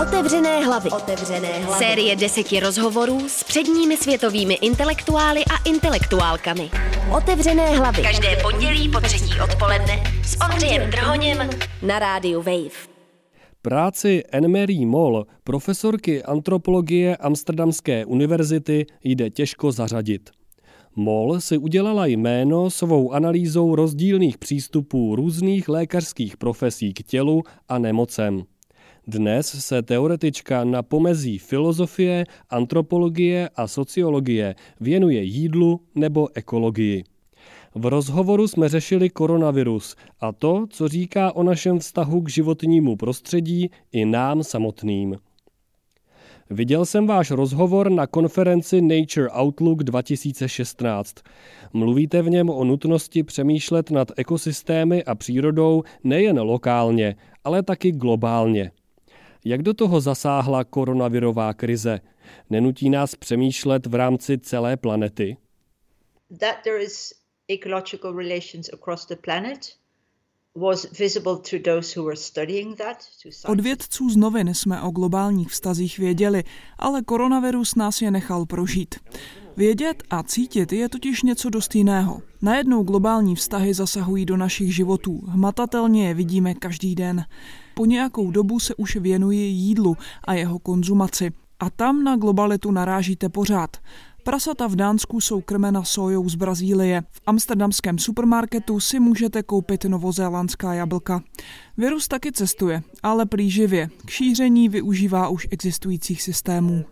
Otevřené hlavy. Série 10 rozhovorů s předními světovými intelektuály a intelektuálkami. Otevřené hlavy. Každé pondělí po 3. odpoledne s Ondřejem Drhoněm na rádiu Wave. Práci Anne-Marie Moll, profesorky antropologie Amsterdamské univerzity, jde těžko zařadit. Moll si udělala jméno svou analýzou rozdílných přístupů různých lékařských profesí k tělu a nemocem. Dnes se teoretička na pomezí filozofie, antropologie a sociologie věnuje jídlu nebo ekologii. V rozhovoru jsme řešili koronavirus a to, co říká o našem vztahu k životnímu prostředí i nám samotným. Viděl jsem váš rozhovor na konferenci Nature Outlook 2016. Mluvíte v něm o nutnosti přemýšlet nad ekosystémy a přírodou nejen lokálně, ale taky globálně. Jak do toho zasáhla koronavirová krize? Nenutí nás přemýšlet v rámci celé planety? That there is ecological relations across the planet was visible to those who were studying that. Od vědců z novin jsme o globálních vztazích věděli, ale koronavirus nás je nechal prožít. Vědět a cítit je totiž něco dost jiného. Najednou globální vztahy zasahují do našich životů. Hmatatelně je vidíme každý den. Po nějakou dobu se už věnuji jídlu a jeho konzumaci. A tam na globalitu narážíte pořád. Prasata v Dánsku jsou krmena sójou z Brazílie. V amsterdamském supermarketu si můžete koupit novozélandská jablka. Virus taky cestuje, ale plíživě. K šíření využívá už existujících systémů.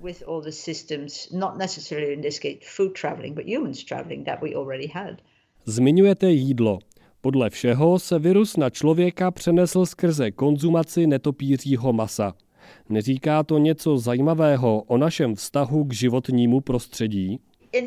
Zmiňujete jídlo. Podle všeho se virus na člověka přenesl skrze konzumaci netopířího masa. Neříká to něco zajímavého o našem vztahu k životnímu prostředí?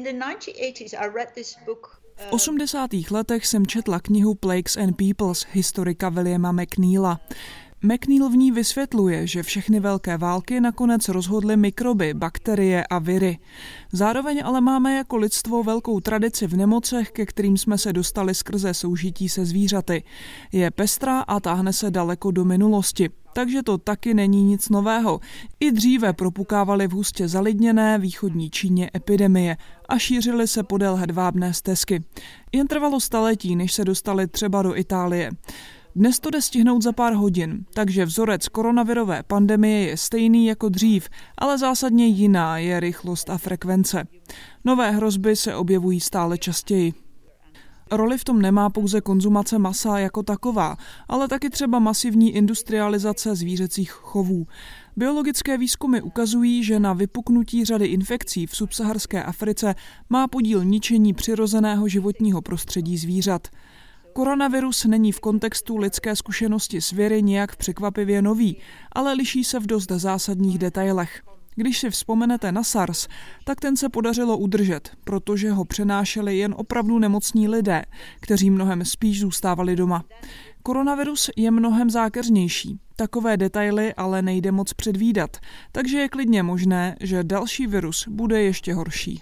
V 80. letech jsem četla knihu Plagues and Peoples historika Williama McNeila. McNeil v ní vysvětluje, že všechny velké války nakonec rozhodly mikroby, bakterie a viry. Zároveň ale máme jako lidstvo velkou tradici v nemocech, ke kterým jsme se dostali skrze soužití se zvířaty. Je pestrá a táhne se daleko do minulosti. Takže to taky není nic nového. I dříve propukávaly v hustě zalidněné východní Číně epidemie a šířily se podél hedvábné stezky. Jen trvalo staletí, než se dostali třeba do Itálie. Dnes to jde stihnout za pár hodin, takže vzorec koronavirové pandemie je stejný jako dřív, ale zásadně jiná je rychlost a frekvence. Nové hrozby se objevují stále častěji. Roli v tom nemá pouze konzumace masa jako taková, ale taky třeba masivní industrializace zvířecích chovů. Biologické výzkumy ukazují, že na vypuknutí řady infekcí v subsaharské Africe má podíl ničení přirozeného životního prostředí zvířat. Koronavirus není v kontextu lidské zkušenosti s viry nějak překvapivě nový, ale liší se v dost zásadních detailech. Když si vzpomenete na SARS, tak ten se podařilo udržet, protože ho přenášeli jen opravdu nemocní lidé, kteří mnohem spíš zůstávali doma. Koronavirus je mnohem zákeřnější. Takové detaily ale nejde moc předvídat, takže je klidně možné, že další virus bude ještě horší.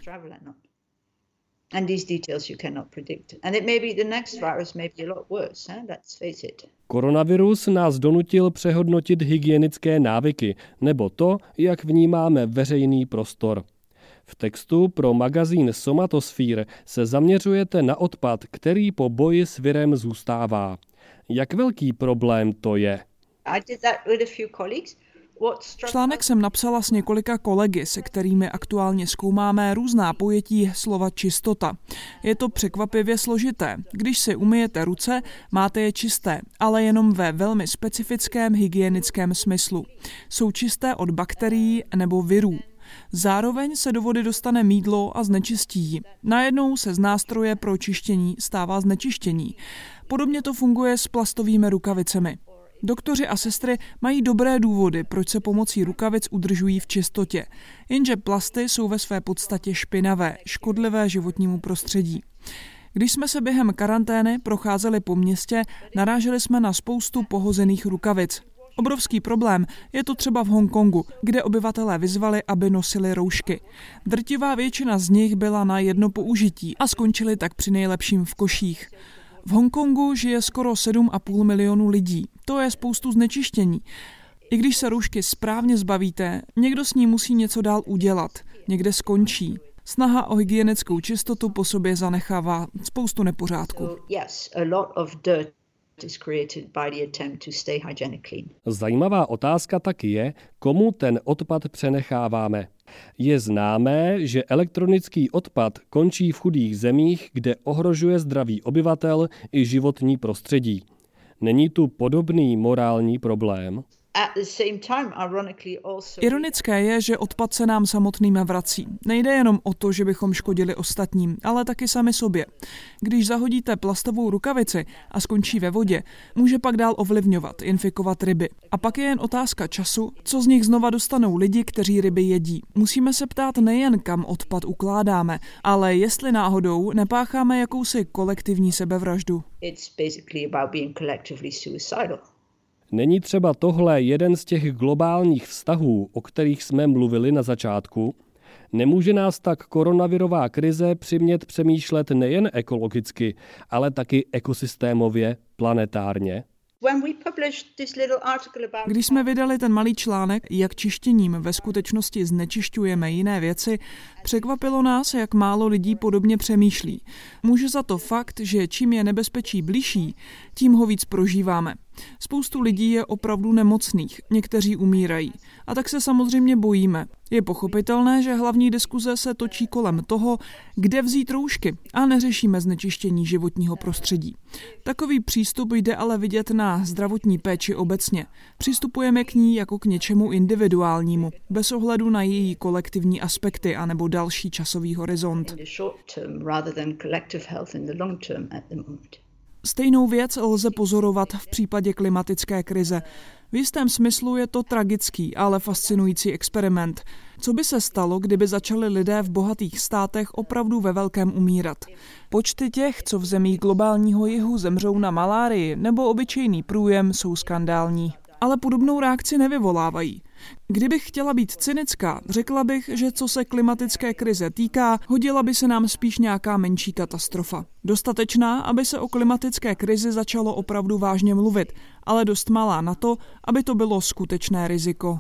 And these details you cannot predict. And it may be the next virus may be a lot worse, let's face it. Koronavirus nás donutil přehodnotit hygienické návyky, nebo to, jak vnímáme veřejný prostor. V textu pro magazín Somatosphere se zaměřujete na odpad, který po boji s virem zůstává. Jak velký problém to je? I did that with a few colleagues. Článek jsem napsala s několika kolegy, se kterými aktuálně zkoumáme různá pojetí slova čistota. Je to překvapivě složité. Když si umyjete ruce, máte je čisté, ale jenom ve velmi specifickém hygienickém smyslu. Jsou čisté od bakterií nebo virů. Zároveň se do vody dostane mýdlo a znečistí ji. Najednou se z nástroje pro čištění stává znečištění. Podobně to funguje s plastovými rukavicemi. Doktoři a sestry mají dobré důvody, proč se pomocí rukavic udržují v čistotě. Jenže plasty jsou ve své podstatě špinavé, škodlivé životnímu prostředí. Když jsme se během karantény procházeli po městě, naráželi jsme na spoustu pohozených rukavic. Obrovský problém je to třeba v Hongkongu, kde obyvatelé vyzvali, aby nosili roušky. Drtivá většina z nich byla na jedno použití a skončili tak při nejlepším v koších. V Hongkongu žije skoro 7,5 milionu lidí. To je spoustu znečištění. I když se roušky správně zbavíte, někdo s ní musí něco dál udělat, někde skončí. Snaha o hygienickou čistotu po sobě zanechává spoustu nepořádku. Zajímavá otázka taky je, komu ten odpad přenecháváme. Je známé, že elektronický odpad končí v chudých zemích, kde ohrožuje zdraví obyvatel i životní prostředí. Není tu podobný morální problém? Ironické je, že odpad se nám samotným vrací. Nejde jenom o to, že bychom škodili ostatním, ale taky sami sobě. Když zahodíte plastovou rukavici a skončí ve vodě, může pak dál ovlivňovat, infikovat ryby. A pak je jen otázka času, co z nich znova dostanou lidi, kteří ryby jedí. Musíme se ptát nejen, kam odpad ukládáme, ale jestli náhodou nepácháme jakousi kolektivní sebevraždu. Není třeba tohle jeden z těch globálních vztahů, o kterých jsme mluvili na začátku? Nemůže nás tak koronavirová krize přimět přemýšlet nejen ekologicky, ale taky ekosystémově, planetárně? Když jsme vydali ten malý článek, jak čištěním ve skutečnosti znečišťujeme jiné věci, překvapilo nás, jak málo lidí podobně přemýšlí. Může za to fakt, že čím je nebezpečí bližší, tím ho víc prožíváme. Spoustu lidí je opravdu nemocných, někteří umírají. A tak se samozřejmě bojíme. Je pochopitelné, že hlavní diskuze se točí kolem toho, kde vzít roušky a neřešíme znečištění životního prostředí. Takový přístup jde ale vidět na zdravotní péči obecně. Přistupujeme k ní jako k něčemu individuálnímu, bez ohledu na její kolektivní aspekty anebo další časový horizont. Stejnou věc lze pozorovat v případě klimatické krize. V jistém smyslu je to tragický, ale fascinující experiment. Co by se stalo, kdyby začali lidé v bohatých státech opravdu ve velkém umírat? Počty těch, co v zemích globálního jihu zemřou na malárii nebo obyčejný průjem, jsou skandální. Ale podobnou reakci nevyvolávají. Kdybych chtěla být cynická, řekla bych, že co se klimatické krize týká, hodila by se nám spíš nějaká menší katastrofa. Dostatečná, aby se o klimatické krizi začalo opravdu vážně mluvit, ale dost malá na to, aby to bylo skutečné riziko.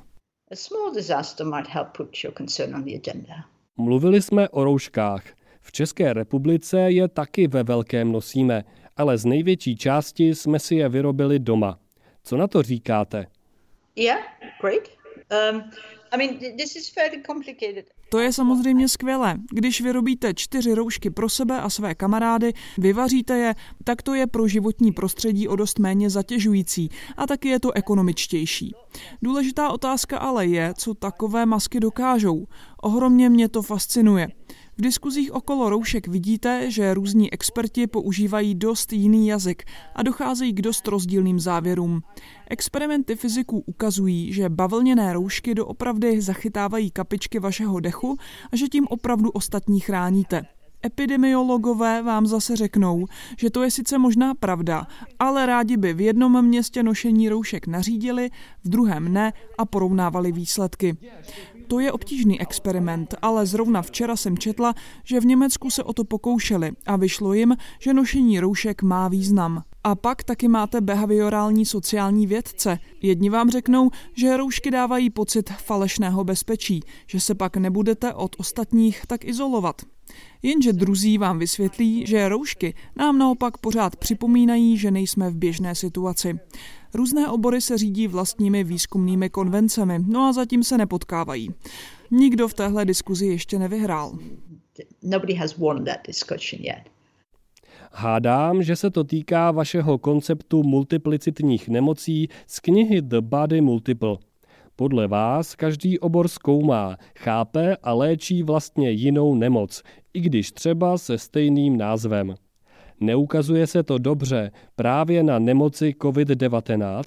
Mluvili jsme o rouškách. V České republice je taky ve velkém nosíme, ale z největší části jsme si je vyrobili doma. Co na to říkáte? To je samozřejmě skvělé. Když vyrobíte 4 roušky pro sebe a své kamarády, vyvaříte je, tak to je pro životní prostředí o dost méně zatěžující a taky je to ekonomičtější. Důležitá otázka ale je, co takové masky dokážou. Ohromně mě to fascinuje. V diskuzích okolo roušek vidíte, že různí experti používají dost jiný jazyk a docházejí k dost rozdílným závěrům. Experimenty fyziků ukazují, že bavlněné roušky doopravdy zachytávají kapičky vašeho dechu a že tím opravdu ostatní chráníte. Epidemiologové vám zase řeknou, že to je sice možná pravda, ale rádi by v jednom městě nošení roušek nařídili, v druhém ne a porovnávali výsledky. To je obtížný experiment, ale zrovna včera jsem četla, že v Německu se o to pokoušeli a vyšlo jim, že nošení roušek má význam. A pak taky máte behaviorální sociální vědce. Jedni vám řeknou, že roušky dávají pocit falešného bezpečí, že se pak nebudete od ostatních tak izolovat. Jenže druzí vám vysvětlí, že roušky nám naopak pořád připomínají, že nejsme v běžné situaci. Různé obory se řídí vlastními výzkumnými konvencemi, no a zatím se nepotkávají. Nikdo v téhle diskuzi ještě nevyhrál. Hádám, že se to týká vašeho konceptu multiplicitních nemocí z knihy The Body Multiple. Podle vás každý obor zkoumá, chápe a léčí vlastně jinou nemoc, i když třeba se stejným názvem. Neukazuje se to dobře právě na nemoci COVID-19?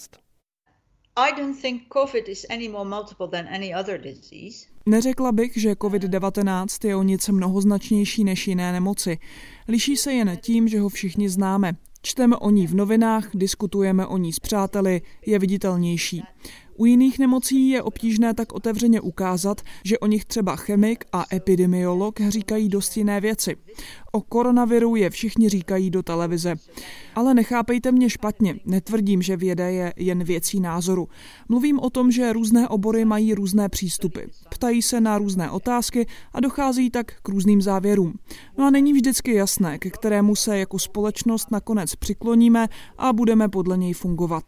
Neřekla bych, že COVID-19 je o nic mnohoznačnější než jiné nemoci. Liší se jen tím, že ho všichni známe. Čteme o ní v novinách, diskutujeme o ní s přáteli, je viditelnější. U jiných nemocí je obtížné tak otevřeně ukázat, že o nich třeba chemik a epidemiolog říkají dost jiné věci. O koronaviru je všichni říkají do televize. Ale nechápejte mě špatně, netvrdím, že věda je jen věcí názoru. Mluvím o tom, že různé obory mají různé přístupy. Ptají se na různé otázky a dochází tak k různým závěrům. No a není vždycky jasné, ke kterému se jako společnost nakonec přikloníme a budeme podle něj fungovat.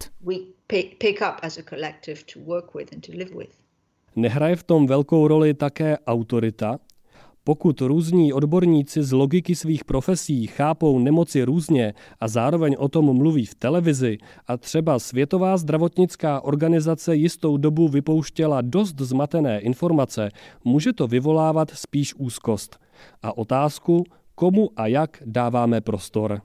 Nehraje v tom velkou roli také autorita? Pokud různí odborníci z logiky svých profesí chápou nemoci různě a zároveň o tom mluví v televizi a třeba Světová zdravotnická organizace jistou dobu vypouštěla dost zmatené informace, může to vyvolávat spíš úzkost. A otázku, komu a jak dáváme prostor.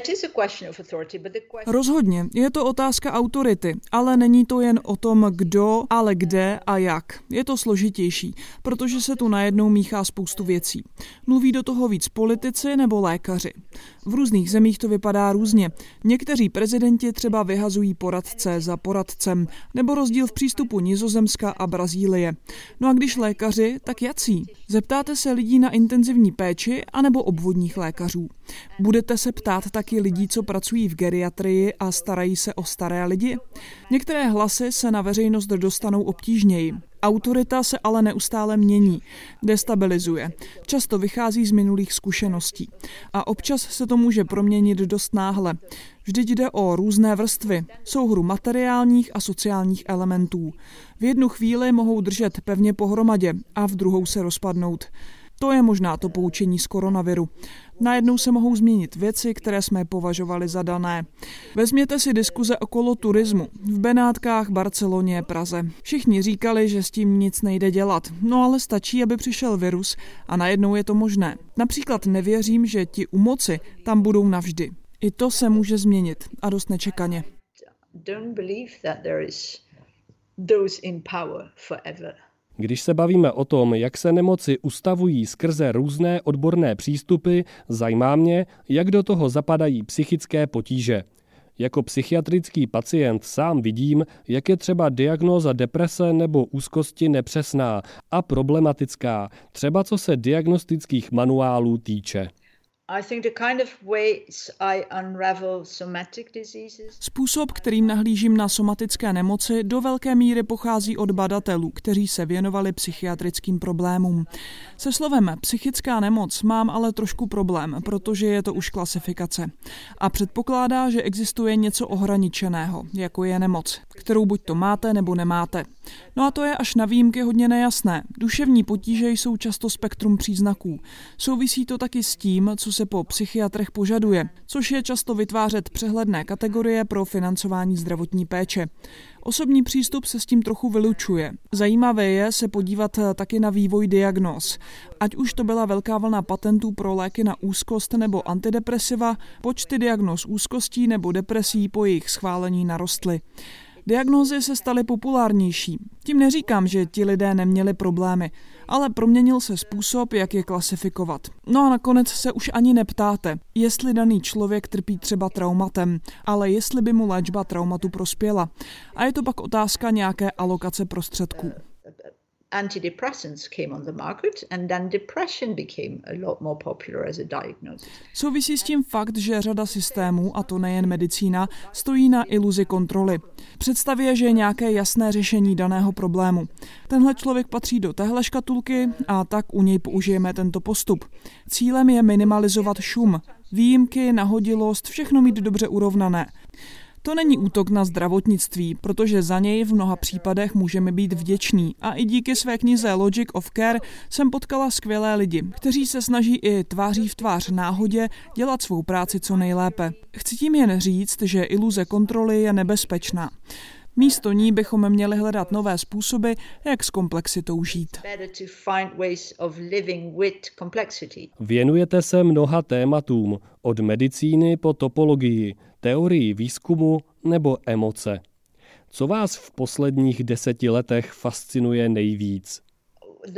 Rozhodně, je to otázka autority, ale není to jen o tom, kdo, ale kde a jak. Je to složitější, protože se tu najednou míchá spoustu věcí. Mluví do toho víc politici nebo lékaři. V různých zemích to vypadá různě. Někteří prezidenti třeba vyhazují poradce za poradcem, nebo rozdíl v přístupu Nizozemska a Brazílie. No a když lékaři, tak jací? Zeptáte se lidí na intenzivní péči anebo obvodních lékařů? Budete se ptát taky lidí, co pracují v geriatrii a starají se o staré lidi? Některé hlasy se na veřejnost dostanou obtížněji. Autorita se ale neustále mění, destabilizuje. Často vychází z minulých zkušeností. A občas se to může proměnit dost náhle. Vždyť jde o různé vrstvy, souhru materiálních a sociálních elementů. V jednu chvíli mohou držet pevně pohromadě a v druhou se rozpadnout. To je možná to poučení z koronaviru. Najednou se mohou změnit věci, které jsme považovali za dané. Vezměte si diskuze okolo turismu. V Benátkách, Barceloně, Praze. Všichni říkali, že s tím nic nejde dělat. No ale stačí, aby přišel virus a najednou je to možné. Například nevěřím, že ti u moci tam budou navždy. I to se může změnit a dost nečekaně. Don't believe that there is those in power forever. Když se bavíme o tom, jak se nemoci ustavují skrze různé odborné přístupy, zajímá mě, jak do toho zapadají psychické potíže. Jako psychiatrický pacient sám vidím, jak je třeba diagnóza deprese nebo úzkosti nepřesná a problematická, třeba co se diagnostických manuálů týče. Způsob, kterým nahlížím na somatické nemoci, do velké míry pochází od badatelů, kteří se věnovali psychiatrickým problémům. Se slovem psychická nemoc mám ale trošku problém, protože je to už klasifikace. A předpokládá, že existuje něco ohraničeného, jako je nemoc, kterou buď to máte nebo nemáte. No a to je až na výjimky hodně nejasné. Duševní potíže jsou často spektrum příznaků. Souvisí to taky s tím, co se po psychiatrech požaduje, což je často vytvářet přehledné kategorie pro financování zdravotní péče. Osobní přístup se s tím trochu vylučuje. Zajímavé je se podívat taky na vývoj diagnóz. Ať už to byla velká vlna patentů pro léky na úzkost nebo antidepresiva, počty diagnóz úzkostí nebo depresí po jejich schválení narostly. Diagnózy se staly populárnější. Tím neříkám, že ti lidé neměli problémy, ale proměnil se způsob, jak je klasifikovat. No a nakonec se už ani neptáte, jestli daný člověk trpí třeba traumatem, ale jestli by mu léčba traumatu prospěla. A je to pak otázka nějaké alokace prostředků. Antidepressants came on the market and then depression became a lot more popular as a diagnosis. Souvisí s tím fakt, že řada systémů, a to nejen medicína, stojí na iluzi kontroly. Představě, že je nějaké jasné řešení daného problému. Tenhle člověk patří do téhle škatulky a tak u něj použijeme tento postup. Cílem je minimalizovat šum, výjimky, nahodilost, všechno mít dobře urovnané. To není útok na zdravotnictví, protože za něj v mnoha případech můžeme být vděční a i díky své knize Logic of Care jsem potkala skvělé lidi, kteří se snaží i tváří v tvář náhodě dělat svou práci co nejlépe. Chci tím jen říct, že iluze kontroly je nebezpečná. Místo ní bychom měli hledat nové způsoby, jak s komplexitou žít. Věnujete se mnoha tématům, od medicíny po topologii, teorii výzkumu nebo emoce. Co vás v posledních 10 letech fascinuje nejvíc? The book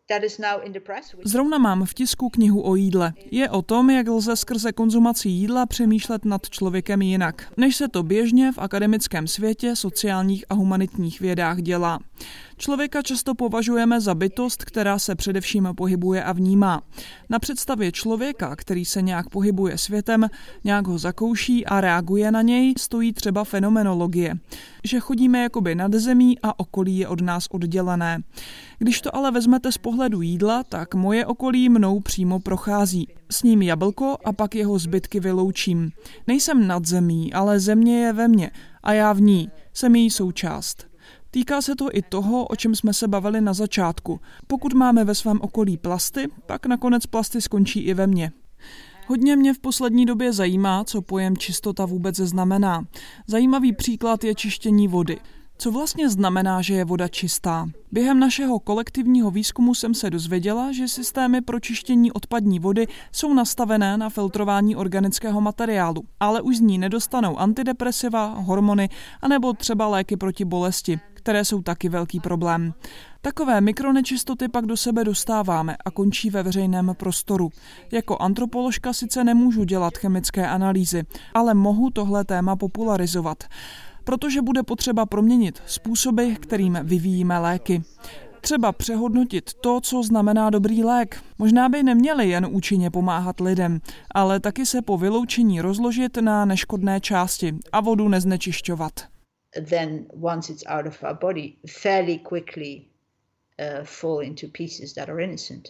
Zrovna mám v tisku knihu o jídle. Je o tom, jak lze skrze konzumaci jídla přemýšlet nad člověkem jinak, než se to běžně v akademickém světě, sociálních a humanitních vědách dělá. Člověka často považujeme za bytost, která se především pohybuje a vnímá. Na představě člověka, který se nějak pohybuje světem, nějak ho zakouší a reaguje na něj, stojí třeba fenomenologie, že chodíme jakoby nad zemí a okolí je od nás oddělené. Když to ale vezmete z pohledu jídla, tak moje okolí mnou přímo prochází. Sním jablko a pak jeho zbytky vyloučím. Nejsem nad zemí, ale země je ve mně a já v ní, jsem její součást. Týká se to i toho, o čem jsme se bavili na začátku. Pokud máme ve svém okolí plasty, pak nakonec plasty skončí i ve mně. Hodně mě v poslední době zajímá, co pojem čistota vůbec znamená. Zajímavý příklad je čištění vody. Co vlastně znamená, že je voda čistá? Během našeho kolektivního výzkumu jsem se dozvěděla, že systémy pro čištění odpadní vody jsou nastavené na filtrování organického materiálu, ale už z ní nedostanou antidepresiva, hormony anebo třeba léky proti bolesti, které jsou taky velký problém. Takové mikronečistoty pak do sebe dostáváme a končí ve veřejném prostoru. Jako antropoložka sice nemůžu dělat chemické analýzy, ale mohu tohle téma popularizovat. Protože bude potřeba proměnit způsoby, kterým vyvíjíme léky. Třeba přehodnotit to, co znamená dobrý lék. Možná by neměli jen účinně pomáhat lidem, ale taky se po vyloučení rozložit na neškodné části a vodu neznečišťovat. Then once it's out of our body, fairly quickly fall into pieces that are innocent.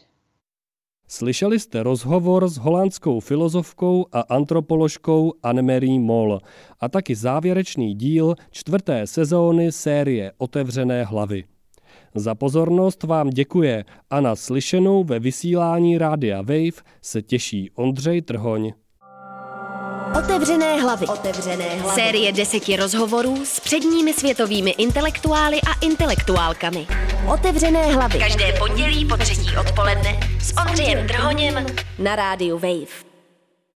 Slyšeli jste rozhovor s holandskou filozofkou a antropoložkou Annemarie Mol a taky závěrečný díl 4. sezóny série Otevřené hlavy. Za pozornost vám děkuje a na slyšenou ve vysílání Rádia Wave se těší Ondřej Trhoň. Otevřené hlavy. Série 10 rozhovorů s předními světovými intelektuály a intelektuálkami. Otevřené hlavy. Každé pondělí po 3. odpoledne s Ondřejem Trhoněm na rádiu Wave.